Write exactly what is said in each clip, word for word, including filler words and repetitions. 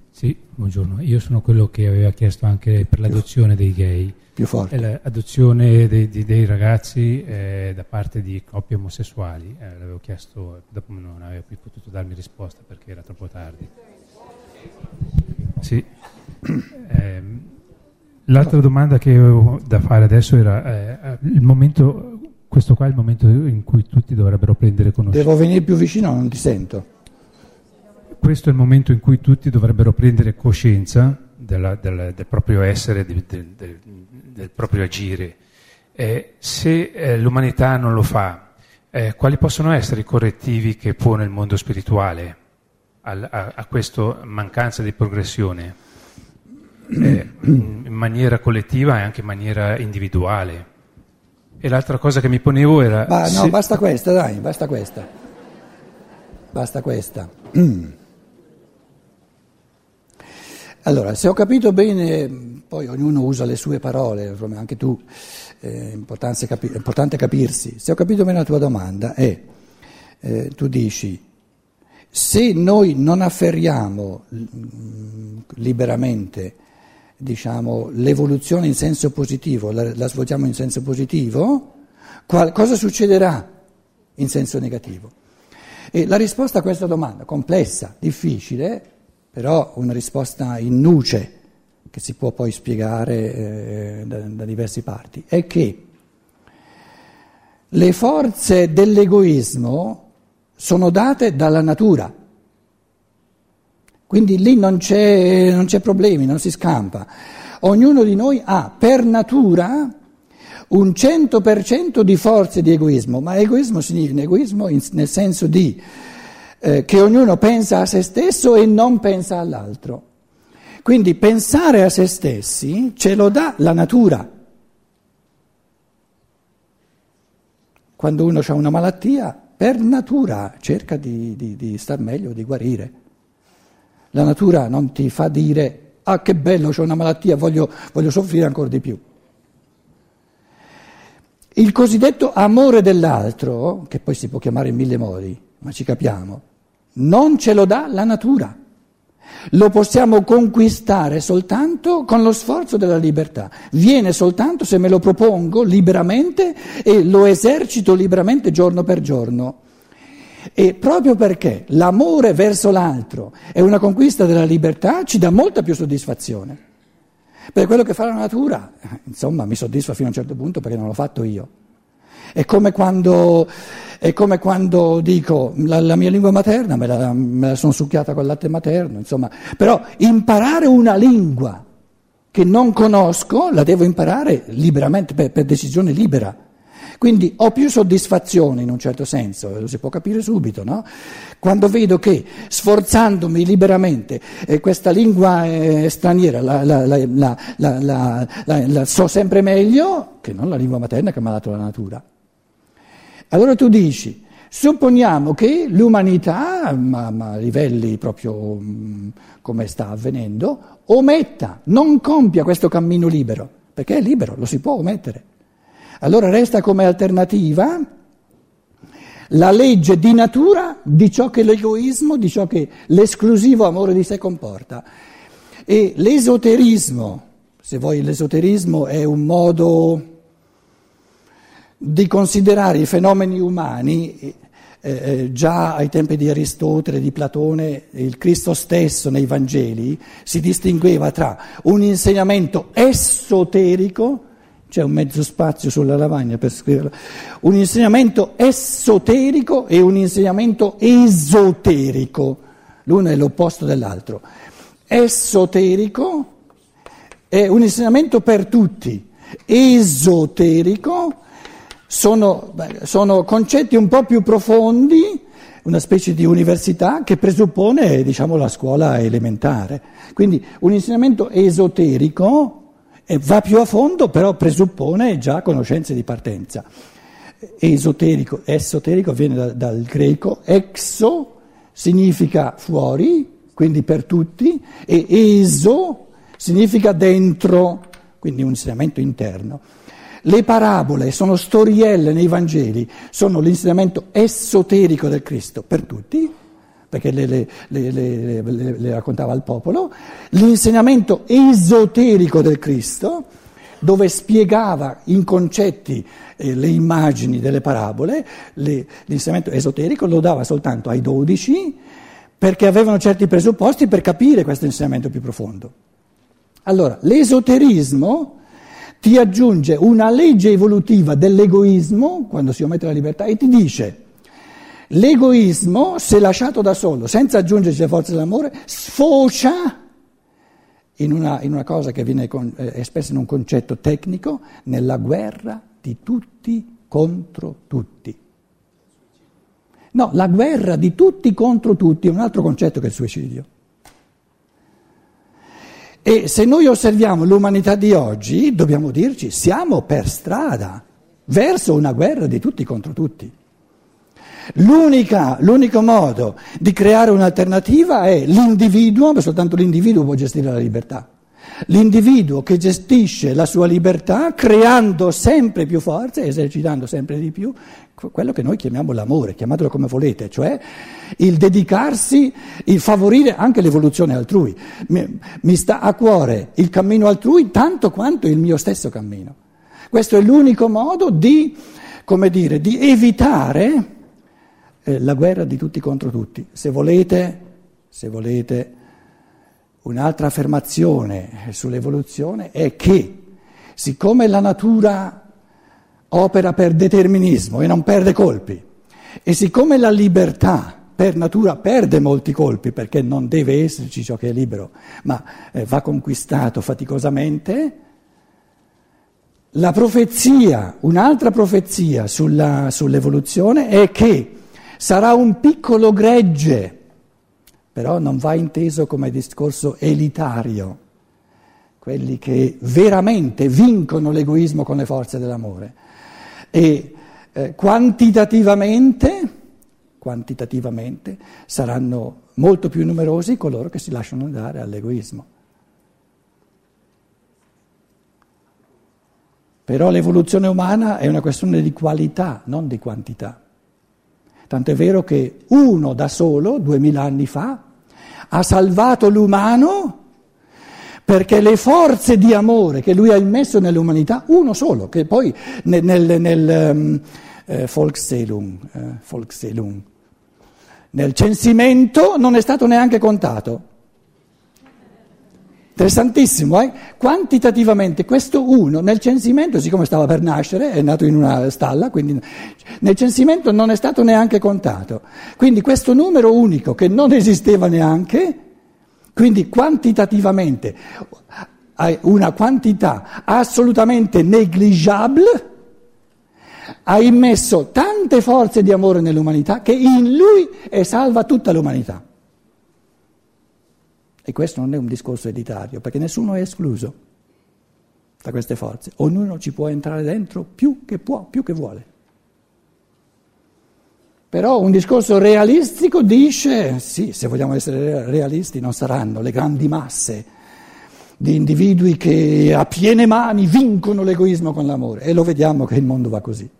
Sì, buongiorno. Io sono quello che aveva chiesto anche per l'adozione dei gay. Più forte. L'adozione dei, dei, dei ragazzi eh, da parte di coppie omosessuali. Eh, l'avevo chiesto, dopo non avevo più potuto darmi risposta perché era troppo tardi. Sì. Eh, l'altra domanda che avevo da fare adesso era eh, il momento, questo qua è il momento in cui tutti dovrebbero prendere conoscenza. Devo venire più vicino, non ti sento. Questo è il momento in cui tutti dovrebbero prendere coscienza della, del, del proprio essere, del, del, del proprio agire. Eh, se eh, l'umanità non lo fa, eh, quali possono essere i correttivi che pone il mondo spirituale a, a, a questa mancanza di progressione eh, in maniera collettiva e anche in maniera individuale? E l'altra cosa che mi ponevo era... Ma no, se... basta questa, dai, basta questa. Basta questa. Mm. Allora, se ho capito bene, poi ognuno usa le sue parole, anche tu, è importante, capi- è importante capirsi. Se ho capito bene la tua domanda è, eh, tu dici, se noi non afferriamo mh, liberamente, diciamo, l'evoluzione in senso positivo, la, la svolgiamo in senso positivo, qual- cosa succederà in senso negativo? E la risposta a questa domanda, complessa, difficile, però una risposta in nuce, che si può poi spiegare eh, da, da diverse parti, è che le forze dell'egoismo sono date dalla natura, quindi lì non c'è, non c'è problemi, non si scampa. Ognuno di noi ha per natura un cento per cento di forze di egoismo, ma egoismo significa egoismo in, nel senso di eh, che ognuno pensa a se stesso e non pensa all'altro. Quindi pensare a se stessi ce lo dà la natura. Quando uno ha una malattia, per natura cerca di, di, di star meglio, di guarire. La natura non ti fa dire, ah che bello, c'ho una malattia, voglio, voglio soffrire ancora di più. Il cosiddetto amore dell'altro, che poi si può chiamare in mille modi, ma ci capiamo, non ce lo dà la natura. Lo possiamo conquistare soltanto con lo sforzo della libertà. Viene soltanto se me lo propongo liberamente e lo esercito liberamente giorno per giorno. E proprio perché l'amore verso l'altro è una conquista della libertà, ci dà molta più soddisfazione. Per quello che fa la natura, insomma, mi soddisfa fino a un certo punto perché non l'ho fatto io. È come quando, è come quando dico la, la mia lingua materna me la, me la sono succhiata col latte materno, insomma. Però imparare una lingua che non conosco la devo imparare liberamente, per, per decisione libera. Quindi ho più soddisfazione in un certo senso, lo si può capire subito, no? Quando vedo che sforzandomi liberamente eh, questa lingua eh, straniera la, la, la, la, la, la, la, la so sempre meglio che non la lingua materna che mi ha dato la natura. Allora tu dici, supponiamo che l'umanità, ma, ma a livelli proprio mh, come sta avvenendo, ometta, non compia questo cammino libero, perché è libero, lo si può omettere. Allora resta come alternativa la legge di natura di ciò che l'egoismo, di ciò che l'esclusivo amore di sé comporta. E l'esoterismo, se vuoi l'esoterismo è un modo di considerare i fenomeni umani, eh, già ai tempi di Aristotele, di Platone, il Cristo stesso nei Vangeli si distingueva tra un insegnamento esoterico. C'è un mezzo spazio sulla lavagna per scriverlo. Un insegnamento esoterico e un insegnamento esoterico. L'uno è l'opposto dell'altro. Esoterico è un insegnamento per tutti. Esoterico sono, sono concetti un po' più profondi, una specie di università che presuppone, diciamo, la scuola elementare. Quindi un insegnamento esoterico e va più a fondo, però presuppone già conoscenze di partenza. Esoterico, esoterico viene da, dal greco, exo significa fuori, quindi per tutti, e eso significa dentro, quindi un insegnamento interno. Le parabole sono storielle nei Vangeli, sono l'insegnamento esoterico del Cristo per tutti, perché le, le, le, le, le, le raccontava al popolo, l'insegnamento esoterico del Cristo, dove spiegava in concetti eh, le immagini delle parabole, le, l'insegnamento esoterico lo dava soltanto ai dodici, perché avevano certi presupposti per capire questo insegnamento più profondo. Allora, l'esoterismo ti aggiunge una legge evolutiva dell'egoismo, quando si omette la libertà, e ti dice: l'egoismo, se lasciato da solo, senza aggiungerci le forze dell'amore, sfocia in una, in una cosa che viene con, eh, espressa in un concetto tecnico, nella guerra di tutti contro tutti. No, la guerra di tutti contro tutti è un altro concetto che il suicidio. E se noi osserviamo l'umanità di oggi, dobbiamo dirci, siamo per strada verso una guerra di tutti contro tutti. L'unica, l'unico modo di creare un'alternativa è l'individuo, ma soltanto l'individuo può gestire la libertà. L'individuo che gestisce la sua libertà creando sempre più forze, esercitando sempre di più quello che noi chiamiamo l'amore, chiamatelo come volete, cioè il dedicarsi, il favorire anche l'evoluzione altrui. Mi, mi sta a cuore il cammino altrui tanto quanto il mio stesso cammino. Questo è l'unico modo di, come dire, di evitare eh, la guerra di tutti contro tutti. Se volete, se volete, un'altra affermazione sull'evoluzione è che, siccome la natura opera per determinismo e non perde colpi, e siccome la libertà per natura perde molti colpi, perché non deve esserci ciò che è libero, ma eh, va conquistato faticosamente, la profezia, un'altra profezia sulla, sull'evoluzione è che sarà un piccolo gregge, però non va inteso come discorso elitario, quelli che veramente vincono l'egoismo con le forze dell'amore. E eh, quantitativamente, quantitativamente saranno molto più numerosi coloro che si lasciano andare all'egoismo. Però l'evoluzione umana è una questione di qualità, non di quantità. Tanto è vero che uno da solo, duemila anni fa, ha salvato l'umano perché le forze di amore che lui ha immesso nell'umanità, uno solo, che poi nel, nel, nel um, eh, Volkszählung, eh, Volkszählung, nel censimento non è stato neanche contato. Interessantissimo, eh? Quantitativamente questo uno nel censimento, siccome stava per nascere, è nato in una stalla, quindi nel censimento non è stato neanche contato. Quindi questo numero unico che non esisteva neanche, quindi quantitativamente una quantità assolutamente negligible, ha immesso tante forze di amore nell'umanità che in lui è salva tutta l'umanità. E questo non è un discorso elitario, perché nessuno è escluso da queste forze. Ognuno ci può entrare dentro più che può, più che vuole. Però un discorso realistico dice, sì, se vogliamo essere realisti, non saranno le grandi masse di individui che a piene mani vincono l'egoismo con l'amore. E lo vediamo che il mondo va così.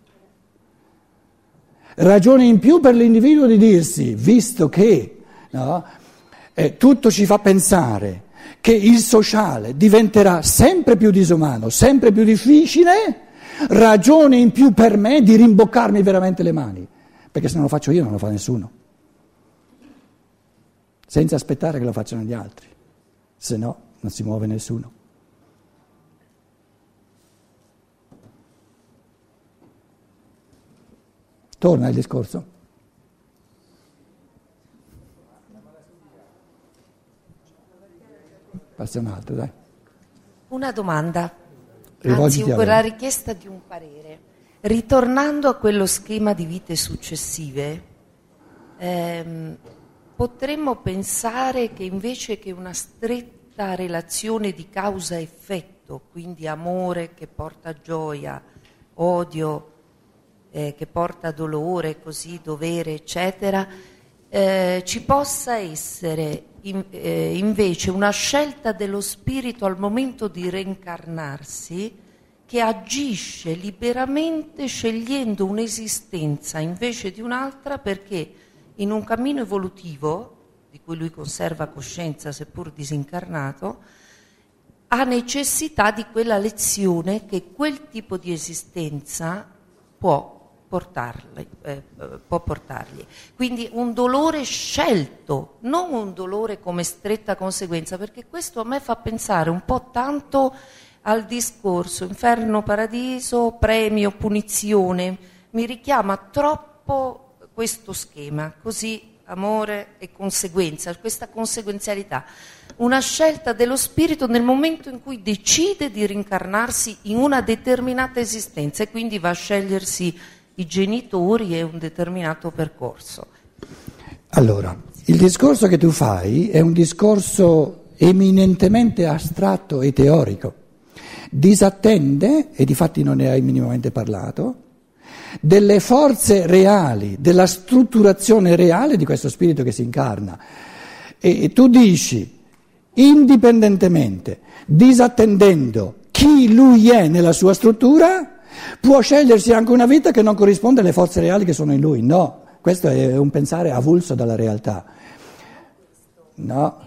Ragione in più per l'individuo di dirsi, visto che... no, Eh, tutto ci fa pensare che il sociale diventerà sempre più disumano, sempre più difficile, ragione in più per me di rimboccarmi veramente le mani, perché se non lo faccio io non lo fa nessuno, senza aspettare che lo facciano gli altri, se no non si muove nessuno. Torna il discorso. Passa un altro, dai. Una domanda, Rivolgiti anzi a quella lei. richiesta di un parere. Ritornando a quello schema di vite successive, ehm, potremmo pensare che invece che una stretta relazione di causa-effetto, quindi amore che porta gioia, odio eh, che porta dolore, così dovere, eccetera, eh, ci possa essere in, eh, invece una scelta dello spirito al momento di reincarnarsi che agisce liberamente scegliendo un'esistenza invece di un'altra, perché in un cammino evolutivo, di cui lui conserva coscienza seppur disincarnato, ha necessità di quella lezione che quel tipo di esistenza può portarli, eh, può portargli. Quindi un dolore scelto, non un dolore come stretta conseguenza, perché questo a me fa pensare un po' tanto al discorso inferno, paradiso, premio, punizione, mi richiama troppo questo schema, così amore e conseguenza, questa conseguenzialità, una scelta dello spirito nel momento in cui decide di rincarnarsi in una determinata esistenza e quindi va a scegliersi i genitori e un determinato percorso. Allora, il discorso che tu fai è un discorso eminentemente astratto e teorico. Disattende, e difatti non ne hai minimamente parlato, delle forze reali, della strutturazione reale di questo spirito che si incarna. E tu dici, indipendentemente, disattendendo chi lui è nella sua struttura, può scegliersi anche una vita che non corrisponde alle forze reali che sono in lui. No, questo è un pensare avulso dalla realtà. No.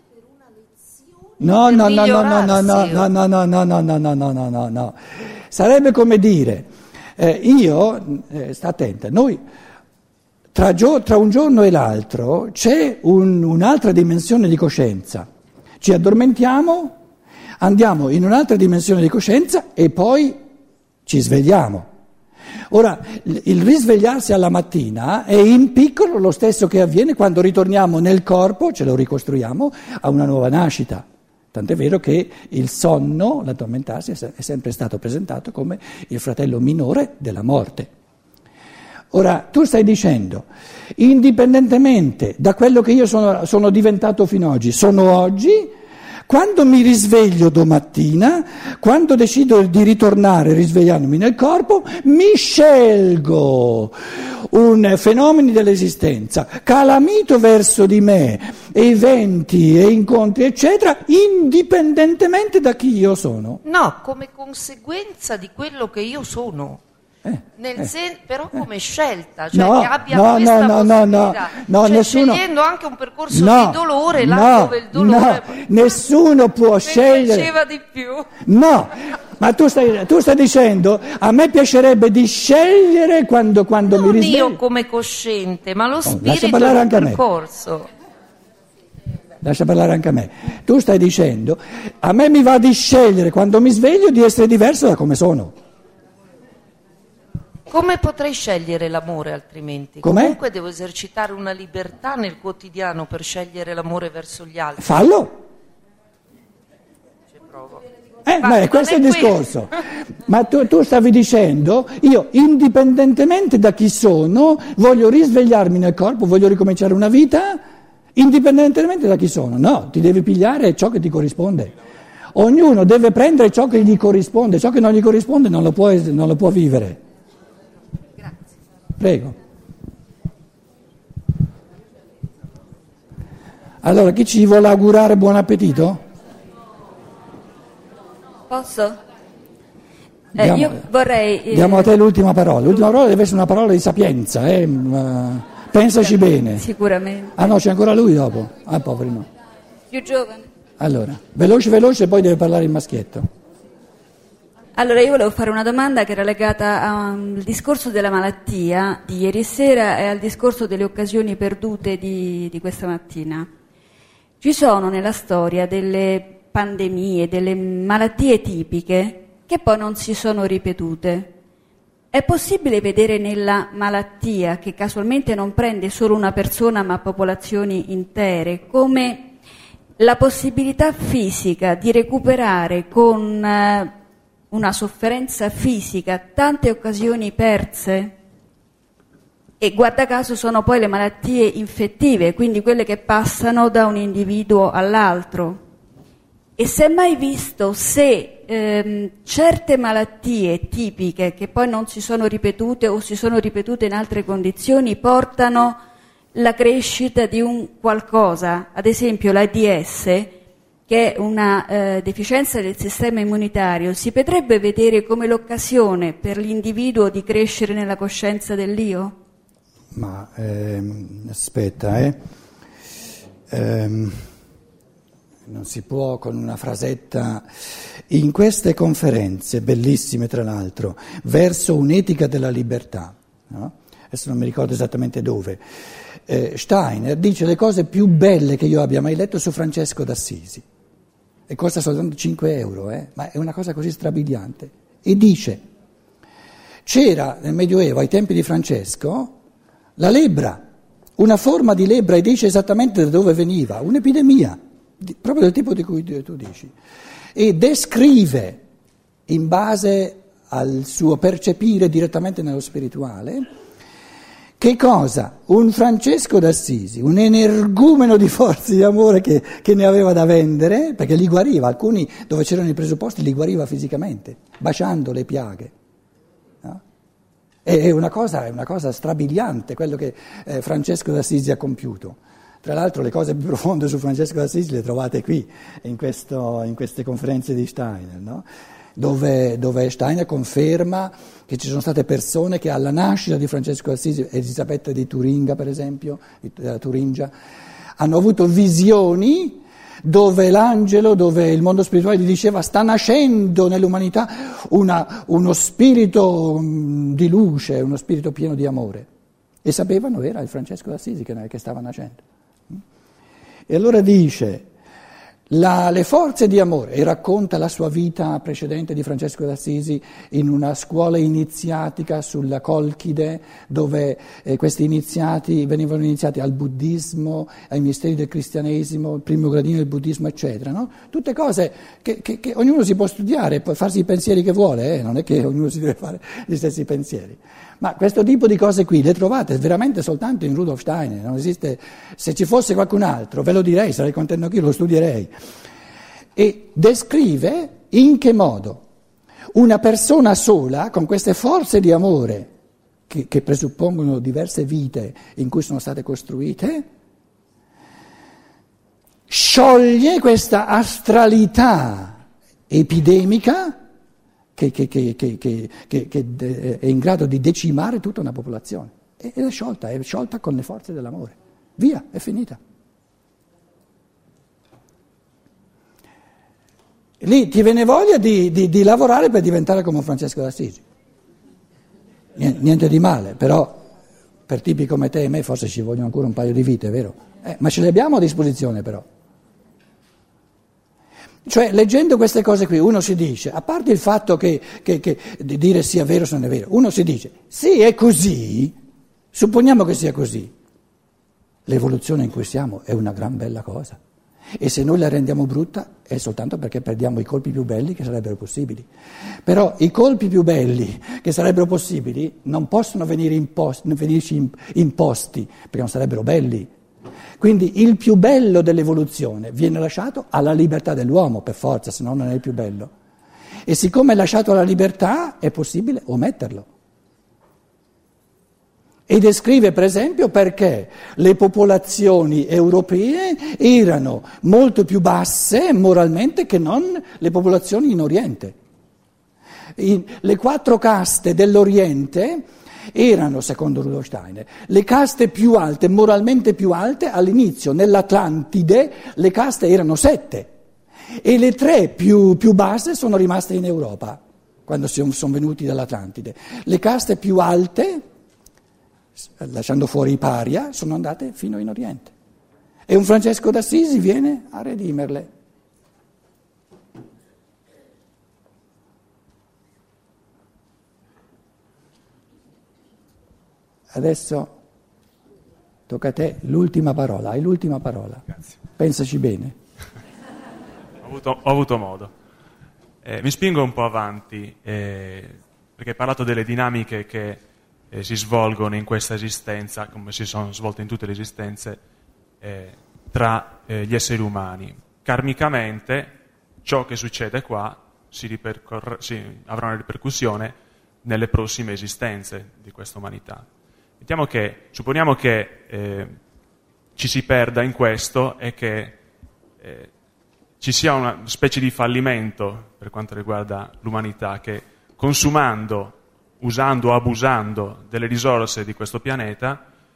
No, no, no, no, no, no, no, no, no, no, no, no, no, no, no, no, no. Sarebbe come dire, eh, io, eh, sta attenta, noi tra, gio- tra un giorno e l'altro c'è un, un'altra dimensione di coscienza. Ci addormentiamo, andiamo in un'altra dimensione di coscienza e poi ci svegliamo. Ora, il risvegliarsi alla mattina è in piccolo lo stesso che avviene quando ritorniamo nel corpo, ce lo ricostruiamo, a una nuova nascita. Tant'è vero che il sonno, l'addormentarsi, è sempre stato presentato come il fratello minore della morte. Ora, tu stai dicendo, indipendentemente da quello che io sono, sono diventato fino ad oggi, sono oggi, quando mi risveglio domattina, quando decido di ritornare risvegliandomi nel corpo, mi scelgo un fenomeno dell'esistenza calamito verso di me, eventi e incontri eccetera, indipendentemente da chi io sono. No, come conseguenza di quello che io sono. Eh, Nel eh, sen- però eh. come scelta, cioè No, che abbia no, questa no, no, no, no, possibilità, no, cioè nessuno- scegliendo anche un percorso No, di dolore là no, dove il dolore no, nessuno può mi scegliere. piaceva di più. No, ma tu stai, tu stai dicendo, a me piacerebbe di scegliere quando, quando mi Non risveglio. io come cosciente, ma lo lascia spirito parlare del anche a me. percorso. Lascia parlare anche a me. Tu stai dicendo, a me mi va di scegliere quando mi sveglio di essere diverso da come sono. Come potrei scegliere l'amore altrimenti? Com'è? Comunque devo esercitare una libertà nel quotidiano per scegliere l'amore verso gli altri. Fallo. Ci provo. Eh, Ma beh, non questo è è il questo. discorso. Ma tu, tu stavi dicendo, io indipendentemente da chi sono, voglio risvegliarmi nel corpo, voglio ricominciare una vita, indipendentemente da chi sono. No, ti devi pigliare ciò che ti corrisponde. Ognuno deve prendere ciò che gli corrisponde, ciò che non gli corrisponde non lo può, non lo può vivere. Prego. Allora, chi ci vuole augurare buon appetito? Posso? Eh, Diamo, io vorrei... eh, diamo a te l'ultima parola. L'ultima parola deve essere una parola di sapienza, eh? Ma pensaci bene. Sicuramente. Ah no, c'è ancora lui dopo. Ah, poverino. Più giovane. Allora, veloce, veloce, poi deve parlare il maschietto. Allora, io volevo fare una domanda che era legata al discorso della malattia di ieri sera e al discorso delle occasioni perdute di, di questa mattina. Ci sono nella storia delle pandemie, delle malattie tipiche che poi non si sono ripetute. È possibile vedere nella malattia, che casualmente non prende solo una persona ma popolazioni intere, come la possibilità fisica di recuperare con eh, una sofferenza fisica tante occasioni perse? E guarda caso sono poi le malattie infettive, quindi quelle che passano da un individuo all'altro. E si è mai visto se ehm, certe malattie tipiche che poi non si sono ripetute o si sono ripetute in altre condizioni portano la crescita di un qualcosa, ad esempio l'AIDS, che è una eh, deficienza del sistema immunitario, si potrebbe vedere come l'occasione per l'individuo di crescere nella coscienza dell'io? ma ehm, aspetta, eh. Ehm, non si può con una frasetta. In queste conferenze, bellissime tra l'altro, verso un'etica della libertà, no? Adesso non mi ricordo esattamente dove, eh, Steiner dice le cose più belle che io abbia mai letto su Francesco d'Assisi, e costa soltanto cinque euro, eh? Ma è una cosa così strabiliante, e dice: c'era nel Medioevo, ai tempi di Francesco, la lebbra, una forma di lebbra, e dice esattamente da dove veniva, un'epidemia, proprio del tipo di cui tu dici, e descrive, in base al suo percepire direttamente nello spirituale, che cosa? Un Francesco d'Assisi, un energumeno di forze di amore che, che ne aveva da vendere, perché li guariva, alcuni dove c'erano i presupposti li guariva fisicamente, baciando le piaghe. No? È una cosa, è una cosa strabiliante quello che eh, Francesco d'Assisi ha compiuto. Tra l'altro le cose più profonde su Francesco d'Assisi le trovate qui, in, questo, in queste conferenze di Steiner, no? Dove, dove Steiner conferma che ci sono state persone che alla nascita di Francesco d'Assisi, Elisabetta di Turinga per esempio, della Turingia, hanno avuto visioni dove l'angelo, dove il mondo spirituale gli diceva sta nascendo nell'umanità una, uno spirito di luce, uno spirito pieno di amore. E sapevano era il Francesco d'Assisi che, che stava nascendo. E allora dice, la, le forze di amore, e racconta la sua vita precedente di Francesco d'Assisi in una scuola iniziatica sulla Colchide, dove eh, questi iniziati venivano iniziati al buddismo, ai misteri del cristianesimo, il primo gradino del buddismo, eccetera. No? Tutte cose che, che, che ognuno si può studiare, può farsi i pensieri che vuole, eh? Non è che ognuno si deve fare gli stessi pensieri. Ma questo tipo di cose qui le trovate veramente soltanto in Rudolf Steiner, non esiste. Se ci fosse qualcun altro ve lo direi, sarei contento anch'io, lo studierei. E descrive in che modo una persona sola, con queste forze di amore che, che presuppongono diverse vite in cui sono state costruite, scioglie questa astralità epidemica Che, che, che, che, che, che è in grado di decimare tutta una popolazione. Ed è sciolta, è sciolta con le forze dell'amore. Via, è finita. Lì ti viene voglia di, di, di lavorare per diventare come Francesco d'Assisi. Niente di male, però per tipi come te e me forse ci vogliono ancora un paio di vite, vero? Eh, ma ce le abbiamo a disposizione però. Cioè, leggendo queste cose qui, uno si dice, a parte il fatto che, che, che di dire sia vero se non è vero, uno si dice, sì è così, supponiamo che sia così, l'evoluzione in cui siamo è una gran bella cosa, e se noi la rendiamo brutta è soltanto perché perdiamo i colpi più belli che sarebbero possibili, però i colpi più belli che sarebbero possibili non possono venire imposti, venirci imposti perché non sarebbero belli. Quindi il più bello dell'evoluzione viene lasciato alla libertà dell'uomo, per forza, se no non è il più bello. E siccome è lasciato alla libertà, è possibile ometterlo. E descrive, per esempio, perché le popolazioni europee erano molto più basse moralmente che non le popolazioni in Oriente. In, le quattro caste dell'Oriente erano, secondo Rudolf Steiner, le caste più alte, moralmente più alte. All'inizio, nell'Atlantide, le caste erano sette e le tre più, più basse sono rimaste in Europa, quando sono venuti dall'Atlantide. Le caste più alte, lasciando fuori i paria, sono andate fino in Oriente. E un Francesco d'Assisi viene a redimerle. Adesso tocca a te l'ultima parola, hai l'ultima parola. Grazie. Pensaci bene. Ho avuto, ho avuto modo. Eh, mi spingo un po' avanti, eh, perché hai parlato delle dinamiche che eh, si svolgono in questa esistenza, come si sono svolte in tutte le esistenze, eh, tra eh, gli esseri umani. Karmicamente, ciò che succede qua si ripercorre, si, avrà una ripercussione nelle prossime esistenze di questa umanità. Mettiamo che, supponiamo che eh, ci si perda in questo e che eh, ci sia una specie di fallimento per quanto riguarda l'umanità, che consumando, usando o abusando delle risorse di questo pianeta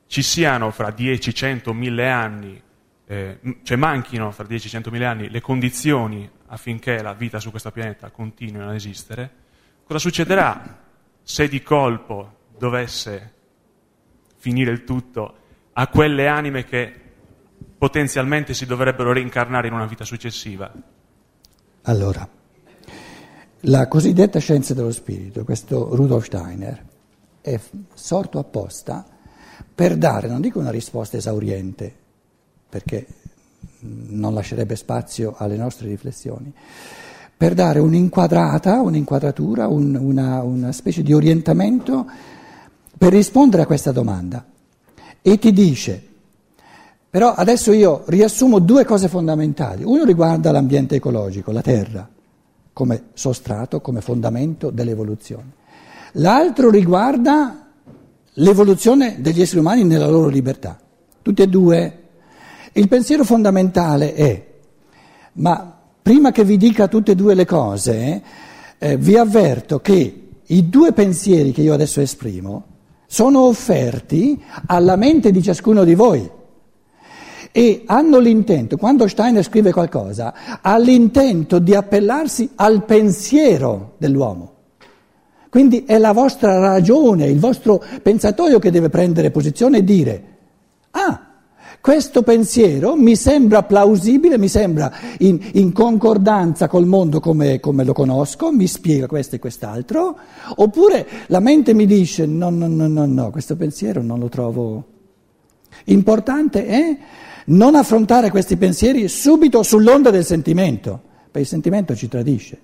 ci siano fra dieci, cento, mille anni, eh, cioè manchino fra dieci, cento, mille anni le condizioni affinché la vita su questo pianeta continui ad esistere, cosa succederà se di colpo dovesse finire il tutto a quelle anime che potenzialmente si dovrebbero reincarnare in una vita successiva? Allora, la cosiddetta scienza dello spirito, questo Rudolf Steiner, è sorto apposta per dare, non dico una risposta esauriente, perché non lascerebbe spazio alle nostre riflessioni, per dare un'inquadrata, un'inquadratura, un, una, una specie di orientamento per rispondere a questa domanda. E ti dice, però adesso io riassumo due cose fondamentali. Uno riguarda l'ambiente ecologico, la terra, come sostrato, come fondamento dell'evoluzione. L'altro riguarda l'evoluzione degli esseri umani nella loro libertà. Tutti e due. Il pensiero fondamentale è, ma prima che vi dica tutte e due le cose, eh, vi avverto che i due pensieri che io adesso esprimo sono offerti alla mente di ciascuno di voi e hanno l'intento, quando Steiner scrive qualcosa, ha l'intento di appellarsi al pensiero dell'uomo. Quindi è la vostra ragione, il vostro pensatoio che deve prendere posizione e dire, ah, questo pensiero mi sembra plausibile, mi sembra in, in concordanza col mondo come, come lo conosco, mi spiega questo e quest'altro, oppure la mente mi dice no, no, no, no, no, questo pensiero non lo trovo. Importante è non affrontare questi pensieri subito sull'onda del sentimento, perché il sentimento ci tradisce.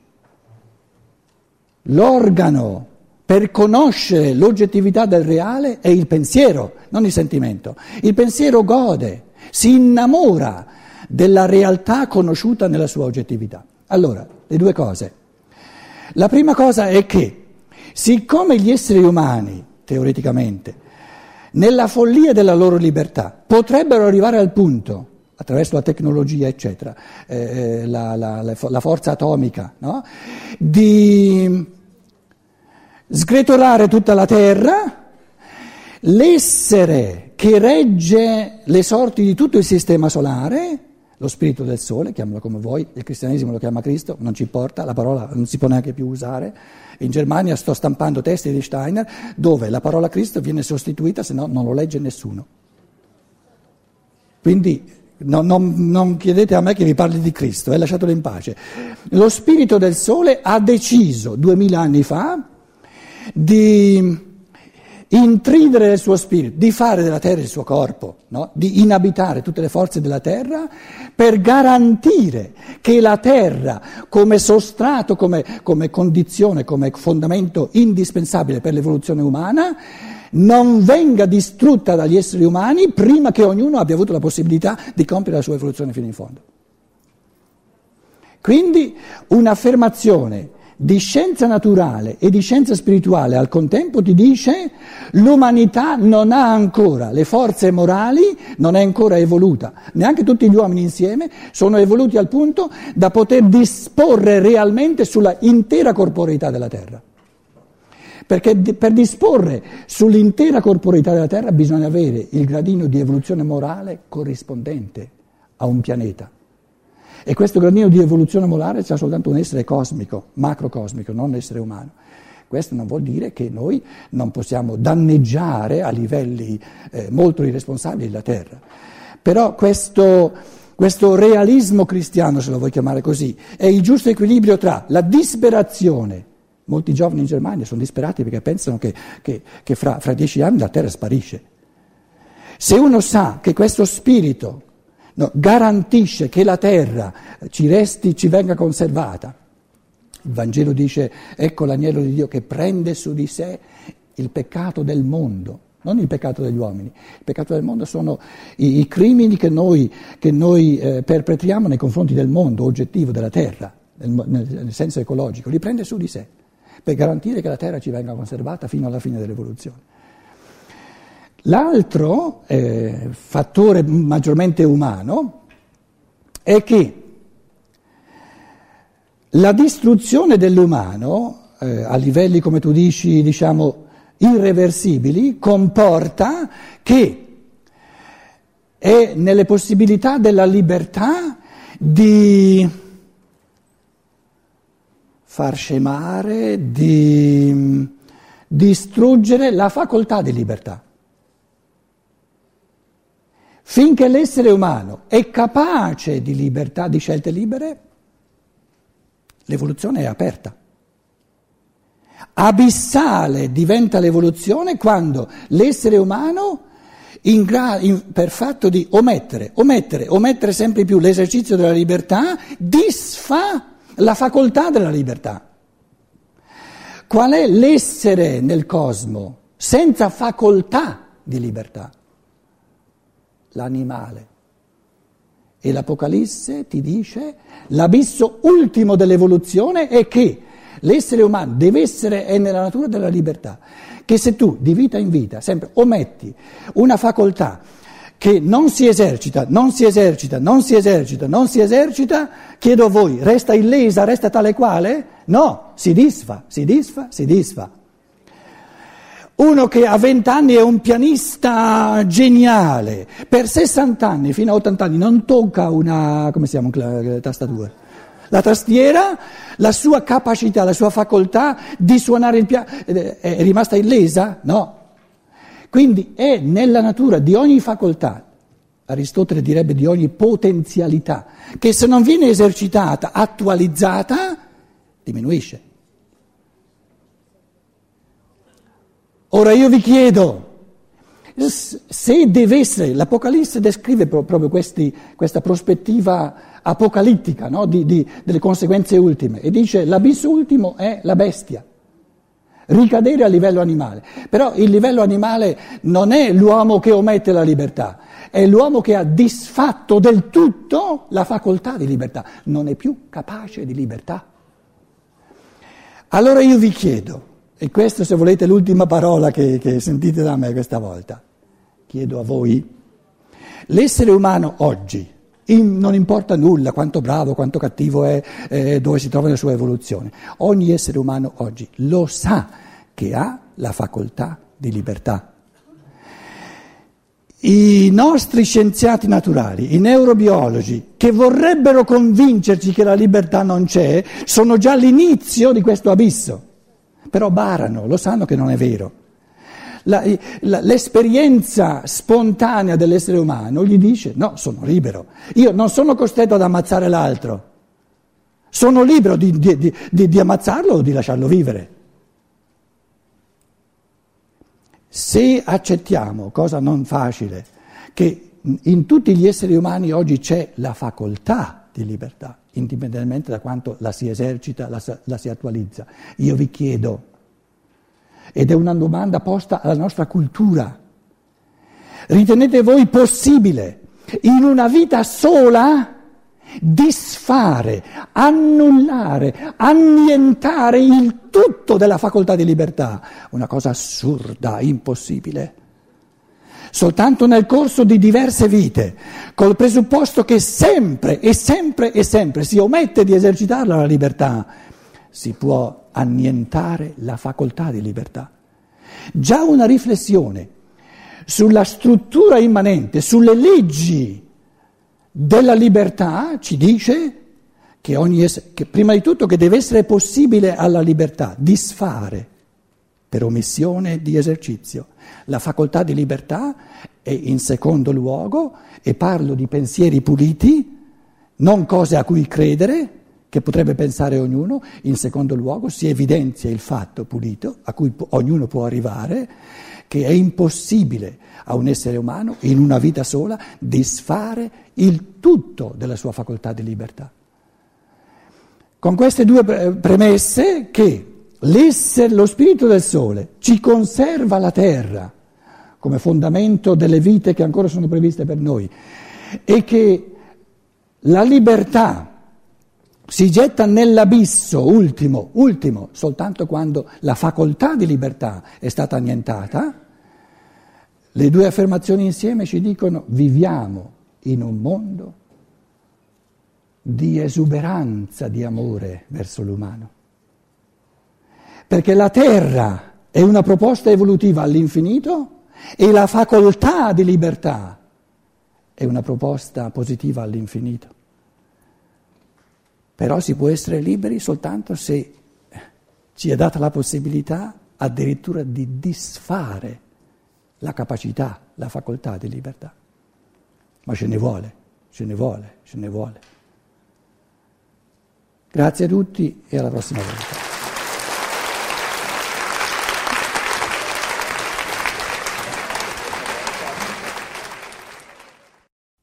L'organo per conoscere l'oggettività del reale è il pensiero, non il sentimento. Il pensiero gode, si innamora della realtà conosciuta nella sua oggettività. Allora, le due cose. La prima cosa è che, siccome gli esseri umani, teoreticamente, nella follia della loro libertà, potrebbero arrivare al punto, attraverso la tecnologia, eccetera, eh, la, la, la forza atomica, no? Di sgretolare tutta la terra, l'essere che regge le sorti di tutto il sistema solare, lo spirito del sole, chiamalo come vuoi, il cristianesimo lo chiama Cristo, non ci importa, la parola non si può neanche più usare. In Germania sto stampando testi di Steiner dove la parola Cristo viene sostituita, se no non lo legge nessuno. Quindi no, non, non chiedete a me che vi parli di Cristo, eh, lasciatelo in pace. Lo spirito del sole ha deciso duemila anni fa di intridere il suo spirito, di fare della terra il suo corpo, no? Di inabitare tutte le forze della terra per garantire che la terra come sostrato, come, come condizione, come fondamento indispensabile per l'evoluzione umana non venga distrutta dagli esseri umani prima che ognuno abbia avuto la possibilità di compiere la sua evoluzione fino in fondo. Quindi un'affermazione di scienza naturale e di scienza spirituale al contempo ti dice l'umanità non ha ancora le forze morali, non è ancora evoluta, neanche tutti gli uomini insieme sono evoluti al punto da poter disporre realmente sulla intera corporeità della terra. Perché per disporre sull'intera corporeità della terra bisogna avere il gradino di evoluzione morale corrispondente a un pianeta. E questo gradino di evoluzione morale c'ha soltanto un essere cosmico, macrocosmico, non un essere umano. Questo non vuol dire che noi non possiamo danneggiare a livelli eh, molto irresponsabili la terra. Però questo, questo realismo cristiano, se lo vuoi chiamare così, è il giusto equilibrio tra la disperazione. Molti giovani in Germania sono disperati perché pensano che, che, che fra, fra dieci anni la terra sparisce. Se uno sa che questo spirito no, garantisce che la terra ci resti, ci venga conservata, il Vangelo dice ecco l'agnello di Dio che prende su di sé il peccato del mondo, non il peccato degli uomini. Il peccato del mondo sono i, i crimini che noi, che noi eh, perpetriamo nei confronti del mondo oggettivo, della terra, nel, nel, nel senso ecologico, li prende su di sé per garantire che la terra ci venga conservata fino alla fine dell'evoluzione. L'altro eh, fattore maggiormente umano è che la distruzione dell'umano eh, a livelli, come tu dici, diciamo irreversibili, comporta che è nelle possibilità della libertà di far scemare, di distruggere la facoltà di libertà. Finché l'essere umano è capace di libertà, di scelte libere, l'evoluzione è aperta. Abissale diventa l'evoluzione quando l'essere umano, in gra- in, per fatto di omettere, omettere, omettere sempre più l'esercizio della libertà, disfa la facoltà della libertà. Qual è l'essere nel cosmo senza facoltà di libertà? L'animale. E l'Apocalisse ti dice l'abisso ultimo dell'evoluzione è che l'essere umano deve essere, è nella natura della libertà, che se tu di vita in vita sempre ometti una facoltà che non si esercita, non si esercita, non si esercita, non si esercita, chiedo a voi, resta illesa, resta tale quale? No, si disfa, si disfa, si disfa. Uno che a vent'anni è un pianista geniale, per sessanta anni, fino a ottanta anni, non tocca una, come si chiama, la tastatura? La tastiera, la sua capacità, la sua facoltà di suonare il piano è rimasta illesa? No. Quindi è nella natura di ogni facoltà, Aristotele direbbe di ogni potenzialità, che se non viene esercitata, attualizzata, diminuisce. Ora io vi chiedo, se deve essere, l'Apocalisse descrive proprio questi, questa prospettiva apocalittica, no? di, di, delle conseguenze ultime, e dice l'abisso ultimo è la bestia, ricadere a livello animale. Però il livello animale non è l'uomo che omette la libertà, è l'uomo che ha disfatto del tutto la facoltà di libertà, non è più capace di libertà. Allora io vi chiedo, e questa se volete è l'ultima parola che, che sentite da me questa volta, chiedo a voi, l'essere umano oggi, in, non importa nulla quanto bravo, quanto cattivo è, eh, dove si trova nella sua evoluzione, ogni essere umano oggi lo sa che ha la facoltà di libertà. I nostri scienziati naturali, i neurobiologi, che vorrebbero convincerci che la libertà non c'è, sono già all'inizio di questo abisso. Però barano, lo sanno che non è vero. La, la, l'esperienza spontanea dell'essere umano gli dice no, sono libero, io non sono costretto ad ammazzare l'altro, sono libero di, di, di, di ammazzarlo o di lasciarlo vivere. Se accettiamo, cosa non facile, che in tutti gli esseri umani oggi c'è la facoltà di libertà, indipendentemente da quanto la si esercita, la, la si attualizza. Io vi chiedo, ed è una domanda posta alla nostra cultura, ritenete voi possibile in una vita sola disfare, annullare, annientare il tutto della facoltà di libertà? Una cosa assurda, impossibile. Soltanto nel corso di diverse vite, col presupposto che sempre e sempre e sempre si omette di esercitarla la libertà, si può annientare la facoltà di libertà. Già una riflessione sulla struttura immanente, sulle leggi della libertà ci dice che, ogni ess- che prima di tutto che deve essere possibile alla libertà disfare per omissione di esercizio. La facoltà di libertà è in secondo luogo, e parlo di pensieri puliti, non cose a cui credere, che potrebbe pensare ognuno, in secondo luogo si evidenzia il fatto pulito a cui po- ognuno può arrivare, che è impossibile a un essere umano in una vita sola disfare il tutto della sua facoltà di libertà. Con queste due premesse, che l'essere, lo spirito del sole ci conserva la terra come fondamento delle vite che ancora sono previste per noi, e che la libertà si getta nell'abisso ultimo, ultimo, soltanto quando la facoltà di libertà è stata annientata. Le due affermazioni insieme ci dicono: viviamo in un mondo di esuberanza di amore verso l'umano. Perché la terra è una proposta evolutiva all'infinito e la facoltà di libertà è una proposta positiva all'infinito. Però si può essere liberi soltanto se ci è data la possibilità addirittura di disfare la capacità, la facoltà di libertà. Ma ce ne vuole, ce ne vuole, ce ne vuole. Grazie a tutti e alla prossima volta.